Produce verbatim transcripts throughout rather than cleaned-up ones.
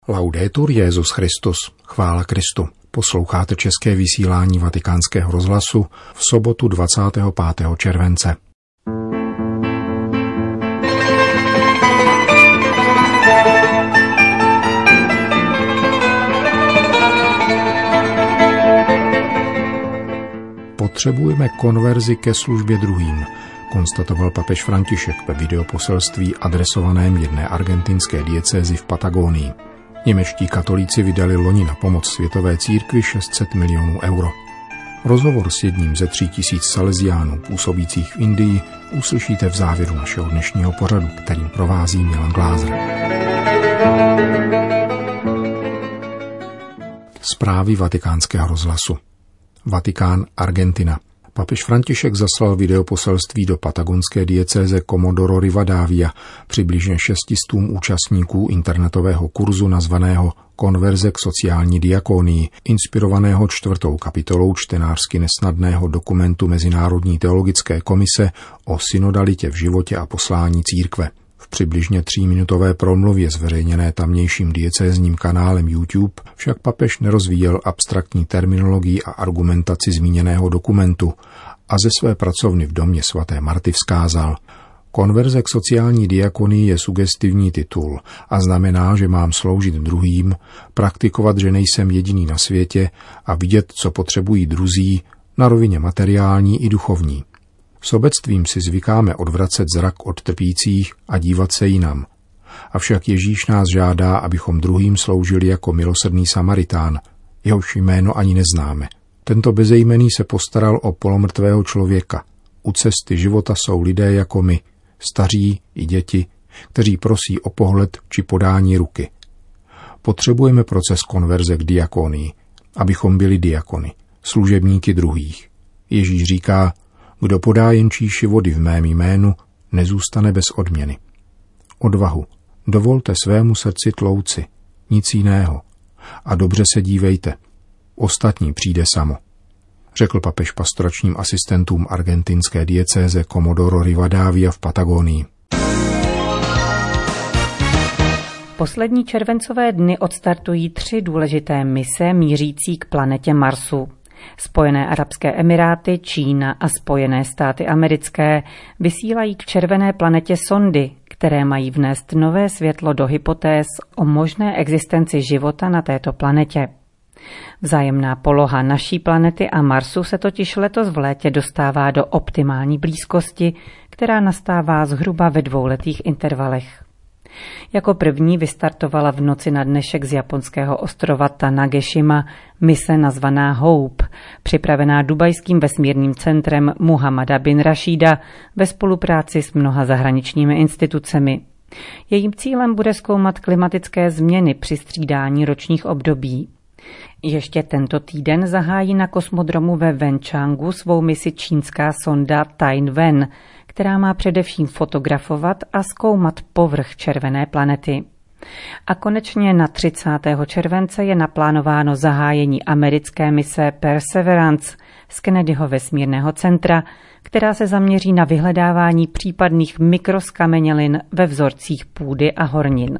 Laudetur Jesus Christus, chvála Kristu. Posloucháte české vysílání Vatikánského rozhlasu v sobotu dvacátého pátého července. Potřebujeme konverzi ke službě druhým, konstatoval papež František ve videoposelství adresovaném jedné argentinské diecézi v Patagonii. Němečtí katolíci vydali loni na pomoc světové církvi šest set milionů euro. Rozhovor s jedním ze tří tisíc saleziánů působících v Indii uslyšíte v závěru našeho dnešního pořadu, kterým provází Milan Glázer. Zprávy Vatikánského rozhlasu. Vatikán, Argentina. Papež František zaslal videoposelství do patagonské diecéze Comodoro Rivadavia přibližně šestistům účastníků internetového kurzu nazvaného Konverze k sociální diakonii, inspirovaného čtvrtou kapitolou čtenářsky nesnadného dokumentu Mezinárodní teologické komise o synodalitě v životě a poslání církve. V přibližně tříminutové promluvě zveřejněné tamnějším diecézním kanálem YouTube však papež nerozvíjel abstraktní terminologii a argumentaci zmíněného dokumentu a ze své pracovny v domě svaté Marty vzkázal: Konverze k sociální diakonii je sugestivní titul a znamená, že mám sloužit druhým, praktikovat, že nejsem jediný na světě a vidět, co potřebují druzí na rovině materiální i duchovní. Sobectvím si zvykáme odvracet zrak od trpících a dívat se jinam. Avšak Ježíš nás žádá, abychom druhým sloužili jako milosrdný Samaritán, jehož jméno ani neznáme. Tento bezejmenný se postaral o polomrtvého člověka. U cesty života jsou lidé jako my, staří i děti, kteří prosí o pohled či podání ruky. Potřebujeme proces konverze k diakonii, abychom byli diakony, služebníky druhých. Ježíš říká: Kdo podá jen číši vody v mém jménu, nezůstane bez odměny. Odvahu. Dovolte svému srdci tlouci. Nic jiného. A dobře se dívejte. Ostatní přijde samo. Řekl papež pastoračním asistentům argentinské diecéze Comodoro Rivadavia v Patagonii. Poslední červencové dny odstartují tři důležité mise mířící k planetě Marsu. Spojené arabské emiráty, Čína a Spojené státy americké vysílají k červené planetě sondy, které mají vnést nové světlo do hypotéz o možné existenci života na této planetě. Vzájemná poloha naší planety a Marsu se totiž letos v létě dostává do optimální blízkosti, která nastává zhruba ve dvouletých intervalech. Jako první vystartovala v noci na dnešek z japonského ostrova Tanageshima mise nazvaná Hope, připravená dubajským vesmírným centrem Muhammada bin Rašída ve spolupráci s mnoha zahraničními institucemi. Jejím cílem bude zkoumat klimatické změny při střídání ročních období. Ještě tento týden zahájí na kosmodromu ve Wenchangу svou misi čínská sonda Tianwen, která má především fotografovat a zkoumat povrch červené planety. A konečně na třicátého července je naplánováno zahájení americké mise Perseverance z Kennedyho vesmírného centra, která se zaměří na vyhledávání případných mikroskamenělin ve vzorcích půdy a hornin.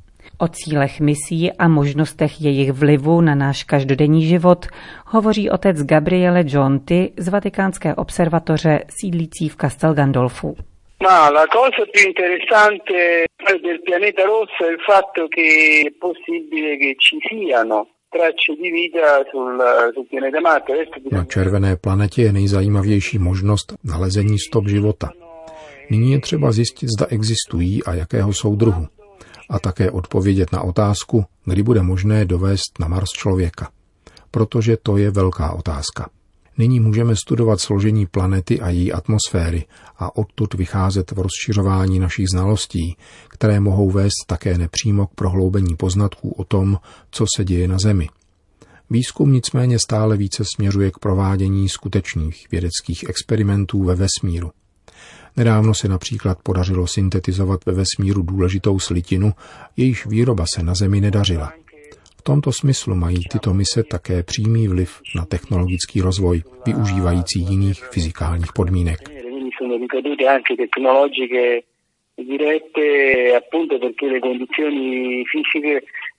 O cílech misí a možnostech jejich vlivu na náš každodenní život hovoří otec Gabriele Gionti z Vatikánské observatoře sídlící v Castel Gandolfu. No, la cosa più interessante del pianeta rosso è il fatto che è possibile che ci siano tracce di vita sul, sul pianeta Marte. Na červené planetě je nejzajímavější možnost nalezení stop života. Nyní je třeba zjistit, zda existují a jakého jsou druhu. A také odpovědět na otázku, kdy bude možné dovést na Mars člověka. Protože to je velká otázka. Nyní můžeme studovat složení planety a její atmosféry a odtud vycházet v rozšiřování našich znalostí, které mohou vést také nepřímo k prohloubení poznatků o tom, co se děje na Zemi. Výzkum nicméně stále více směřuje k provádění skutečných vědeckých experimentů ve vesmíru. Nedávno se například podařilo syntetizovat ve vesmíru důležitou slitinu, jejíž výroba se na Zemi nedařila. V tomto smyslu mají tyto mise také přímý vliv na technologický rozvoj, využívající jiných fyzikálních podmínek.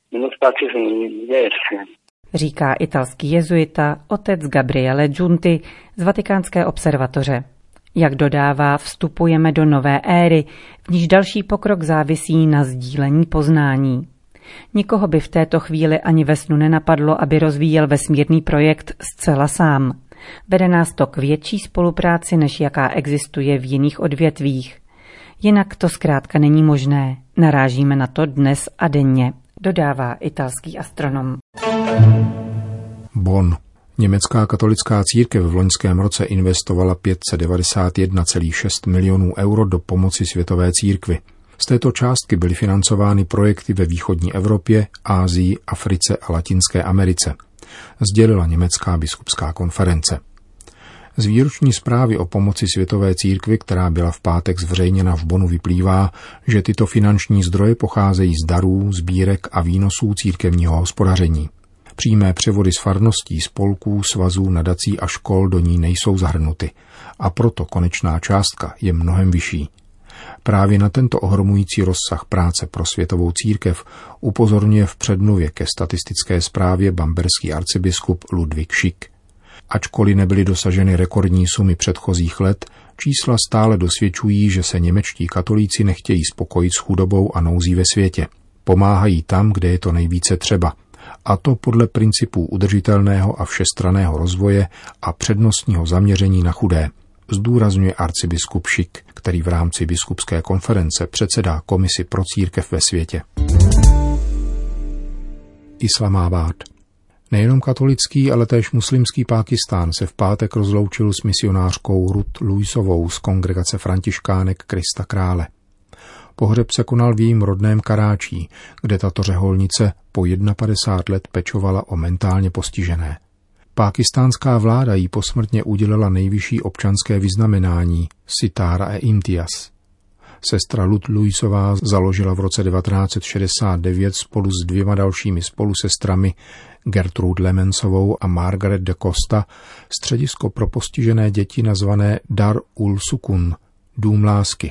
nello spazio sono diverse. Říká italský jezuita otec Gabriele Giunti z Vatikánské observatoře. Jak dodává, vstupujeme do nové éry, v níž další pokrok závisí na sdílení poznání. Nikoho by v této chvíli ani ve snu nenapadlo, aby rozvíjel vesmírný projekt zcela sám. Vede nás to k větší spolupráci, než jaká existuje v jiných odvětvích. Jinak to zkrátka není možné. Narážíme na to dnes a denně, dodává italský astronom. Bonn. Německá katolická církev v loňském roce investovala pět set devadesát jedna celá šest milionů euro do pomoci světové církvi. Z této částky byly financovány projekty ve východní Evropě, Asii, Africe a Latinské Americe, sdělila německá biskupská konference. Z výroční zprávy o pomoci světové církvi, která byla v pátek zveřejněna v Bonnu, vyplývá, že tyto finanční zdroje pocházejí z darů, sbírek a výnosů církevního hospodaření. Přímé převody z farností, spolků, svazů, nadací a škol do ní nejsou zahrnuty a proto konečná částka je mnohem vyšší. Právě na tento ohromující rozsah práce pro světovou církev upozorňuje v předmluvě ke statistické zprávě bamberský arcibiskup Ludvík Schick. Ačkoliv nebyly dosaženy rekordní sumy předchozích let, čísla stále dosvědčují, že se němečtí katolíci nechtějí spokojit s chudobou a nouzí ve světě. Pomáhají tam, kde je to nejvíce třeba, a to podle principů udržitelného a všestranného rozvoje a přednostního zaměření na chudé, zdůrazňuje arcibiskup Schick, který v rámci biskupské konference předsedá komisi pro církev ve světě. Islamabad. Nejenom katolický, ale též muslimský Pákistán se v pátek rozloučil s misionářkou Ruth Lewisovou z kongregace františkánek Krista Krále. Pohřeb se konal v jejím rodném Karáčí, kde tato řeholnice po padesát jedna let pečovala o mentálně postižené. Pákistánská vláda jí posmrtně udělila nejvyšší občanské vyznamenání Sitára e Imtiaz. Sestra Ruth Lewisová založila v roce devatenáct set šedesát devět spolu s dvěma dalšími spolusestrami Gertrude Lemensovou a Margaret de Costa středisko pro postižené děti nazvané Dar ul Sukun, dům lásky.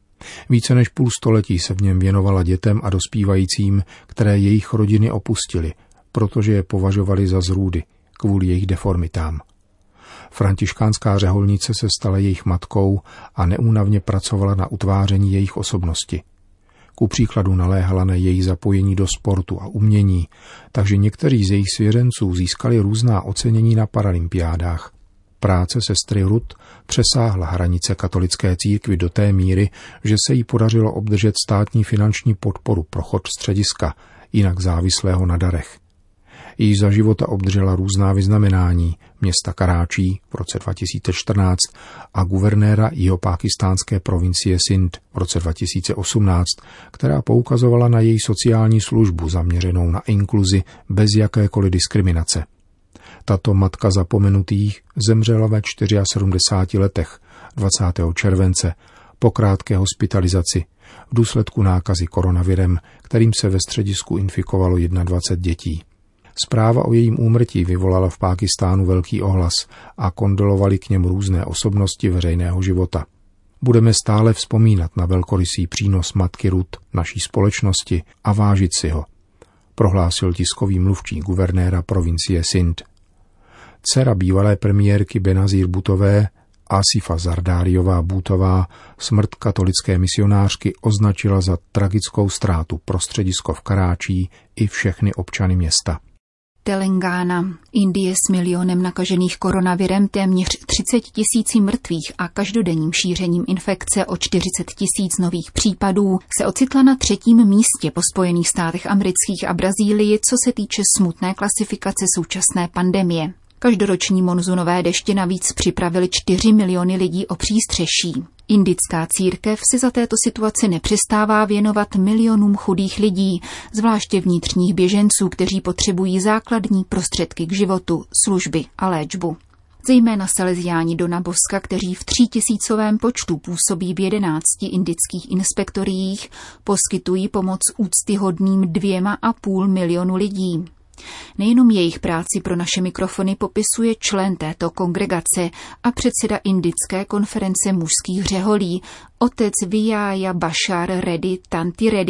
Více než půl století se v něm věnovala dětem a dospívajícím, které jejich rodiny opustili, protože je považovali za zrůdy kvůli jejich deformitám. Františkánská řeholnice se stala jejich matkou a neúnavně pracovala na utváření jejich osobnosti. Ku příkladu naléhala na její zapojení do sportu a umění, takže někteří z jejich svěřenců získali různá ocenění na paralympiádách. Práce sestry Ruth přesáhla hranice katolické církvy do té míry, že se jí podařilo obdržet státní finanční podporu pro chod střediska, jinak závislého na darech. Již za života obdržela různá vyznamenání města Karáčí v roce dva tisíce čtrnáct a guvernéra jihopákistánské provincie Sindh v roce dva tisíce osmnáct, která poukazovala na její sociální službu zaměřenou na inkluzi bez jakékoliv diskriminace. Tato matka zapomenutých zemřela ve sedmdesáti čtyřech letech dvacátého července po krátké hospitalizaci v důsledku nákazy koronavirem, kterým se ve středisku infikovalo dvacet jedna dětí. Zpráva o jejím úmrtí vyvolala v Pákistánu velký ohlas a kondolovali k němu různé osobnosti veřejného života. Budeme stále vzpomínat na velkorysý přínos matky Ruth naší společnosti a vážit si ho, prohlásil tiskový mluvčí guvernéra provincie Sindh. Dcera bývalé premiérky Benazír Bhutové, Asifa Zardáriová Bhutová, smrt katolické misionářky označila za tragickou ztrátu pro středisko v Karáčí i všechny občany města. Telengána. Indie s milionem nakažených koronavirem, téměř třicet tisíc mrtvých a každodenním šířením infekce o čtyřicet tisíc nových případů se ocitla na třetím místě po Spojených státech amerických a Brazílii, co se týče smutné klasifikace současné pandemie. Každoroční monzunové deště navíc připravili čtyři miliony lidí o přístřeší. Indická církev se za této situace nepřestává věnovat milionům chudých lidí, zvláště vnitřních běženců, kteří potřebují základní prostředky k životu, služby a léčbu. Zejména saleziáni Dona Boska, kteří v třítisícovém počtu působí v jedenácti indických inspektoriích, poskytují pomoc úctyhodným dvěma a půl milionu lidí. Nejenom jejich práci pro naše mikrofony popisuje člen této kongregace a předseda indické konference mužských řeholí, otec Vijaya Bashar Reddy Tanti Reddy,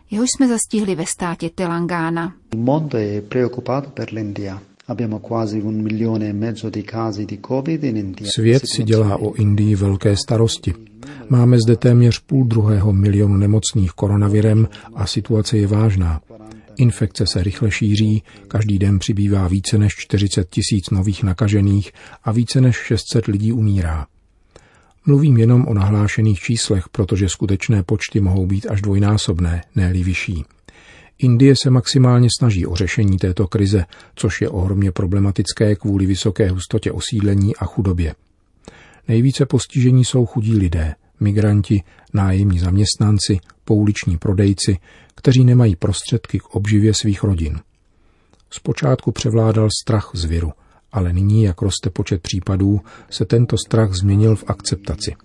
jehož jsme zastihli ve státě Telangana. Il mondo è preoccupato per l'India. Abbiamo quasi un milione e mezzo di casi di Covid in India. Svět si dělá o Indii velké starosti. Máme zde téměř půl druhého milionu nemocných koronavirem a situace je vážná. Infekce se rychle šíří, každý den přibývá více než čtyřicet tisíc nových nakažených a více než šest set lidí umírá. Mluvím jenom o nahlášených číslech, protože skutečné počty mohou být až dvojnásobné, ne-li vyšší. Indie se maximálně snaží o řešení této krize, což je ohromně problematické kvůli vysoké hustotě osídlení a chudobě. Nejvíce postižení jsou chudí lidé, migranti, nájemní zaměstnanci, pouliční prodejci, kteří nemají prostředky k obživě svých rodin. Zpočátku převládal strach z viru, ale nyní, jak roste počet případů, se tento strach změnil v akceptaci.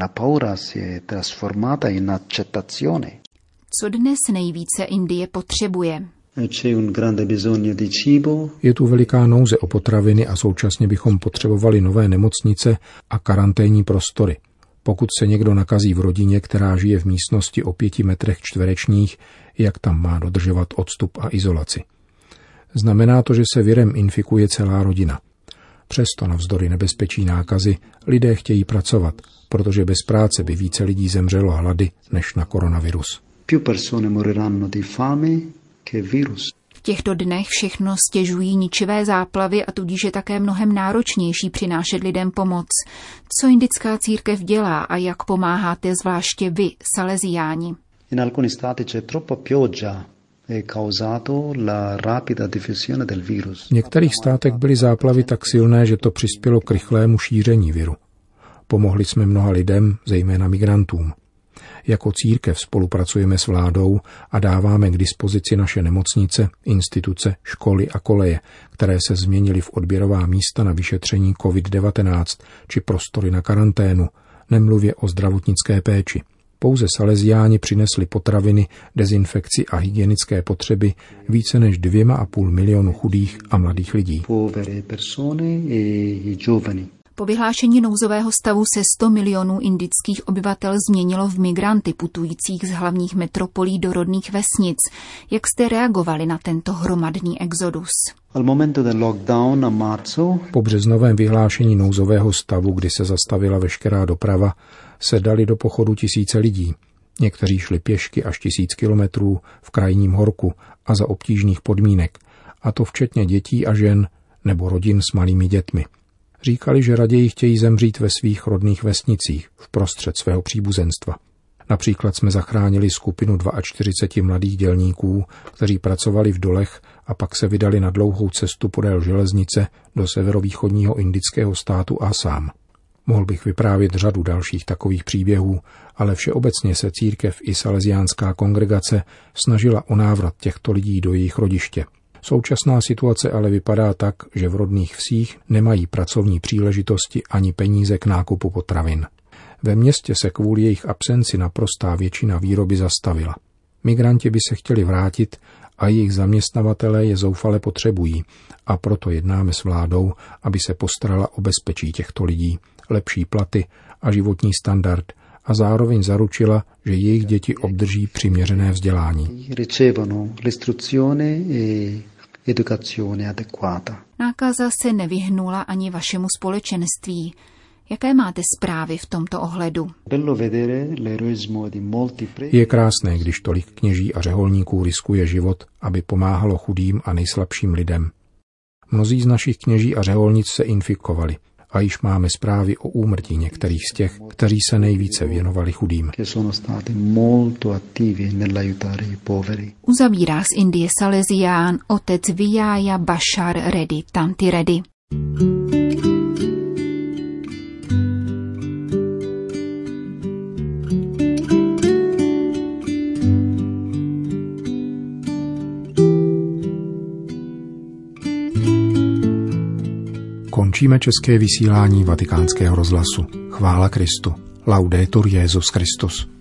Co dnes nejvíce Indie potřebuje? Je tu veliká nouze o potraviny a současně bychom potřebovali nové nemocnice a karanténní prostory. Pokud se někdo nakazí v rodině, která žije v místnosti o pěti metrech čtverečních, jak tam má dodržovat odstup a izolaci? Znamená to, že se virem infikuje celá rodina. Přesto navzdory nebezpečí nákazy lidé chtějí pracovat, protože bez práce by více lidí zemřelo hlady než na koronavirus. V těchto dnech všechno stěžují ničivé záplavy a tudíž je také mnohem náročnější přinášet lidem pomoc. Co indická církev dělá a jak pomáháte zvláště vy, Salesiáni? In alcuni stati c'è troppa pioggia e causato la rapida diffusione del virus. V některých státech byly záplavy tak silné, že to přispělo k rychlému šíření viru. Pomohli jsme mnoha lidem, zejména migrantům. Jako církev spolupracujeme s vládou a dáváme k dispozici naše nemocnice, instituce, školy a koleje, které se změnily v odběrová místa na vyšetření covid devatenáct či prostory na karanténu, nemluvě o zdravotnické péči. Pouze Salesiáni přinesli potraviny, dezinfekci a hygienické potřeby více než dvěma a půl milionu chudých a mladých lidí. Po vyhlášení nouzového stavu se sto milionů indických obyvatel změnilo v migranty putujících z hlavních metropolí do rodných vesnic. Jak jste reagovali na tento hromadný exodus? Po březnovém vyhlášení nouzového stavu, kdy se zastavila veškerá doprava, se dali do pochodu tisíce lidí. Někteří šli pěšky až tisíc kilometrů v krajním horku a za obtížných podmínek, a to včetně dětí a žen nebo rodin s malými dětmi. Říkali, že raději chtějí zemřít ve svých rodných vesnicích, v prostřed svého příbuzenstva. Například jsme zachránili skupinu čtyřiceti dvou mladých dělníků, kteří pracovali v dolech a pak se vydali na dlouhou cestu podél železnice do severovýchodního indického státu Assam. Mohl bych vyprávět řadu dalších takových příběhů, ale všeobecně se církev i salesiánská kongregace snažila o návrat těchto lidí do jejich rodiště. Současná situace ale vypadá tak, že v rodných vsích nemají pracovní příležitosti ani peníze k nákupu potravin. Ve městě se kvůli jejich absenci naprostá většina výroby zastavila. Migranti by se chtěli vrátit a jejich zaměstnavatelé je zoufale potřebují a proto jednáme s vládou, aby se postarala o bezpečí těchto lidí, lepší platy a životní standard a zároveň zaručila, že jejich děti obdrží přiměřené vzdělání. Nákaza se nevyhnula ani vašemu společenství. Jaké máte zprávy v tomto ohledu? Je krásné, když tolik kněží a řeholníků riskuje život, aby pomáhalo chudým a nejslabším lidem. Mnozí z našich kněží a řeholnic se infikovali a již máme zprávy o úmrtí některých z těch, kteří se nejvíce věnovali chudým. Uzavírá z Indie Salesián otec Vijaya Bashar Reddy Tanti Reddy. Končíme české vysílání Vatikánského rozhlasu. Chvála Kristu. Laudetur Jesus Christus.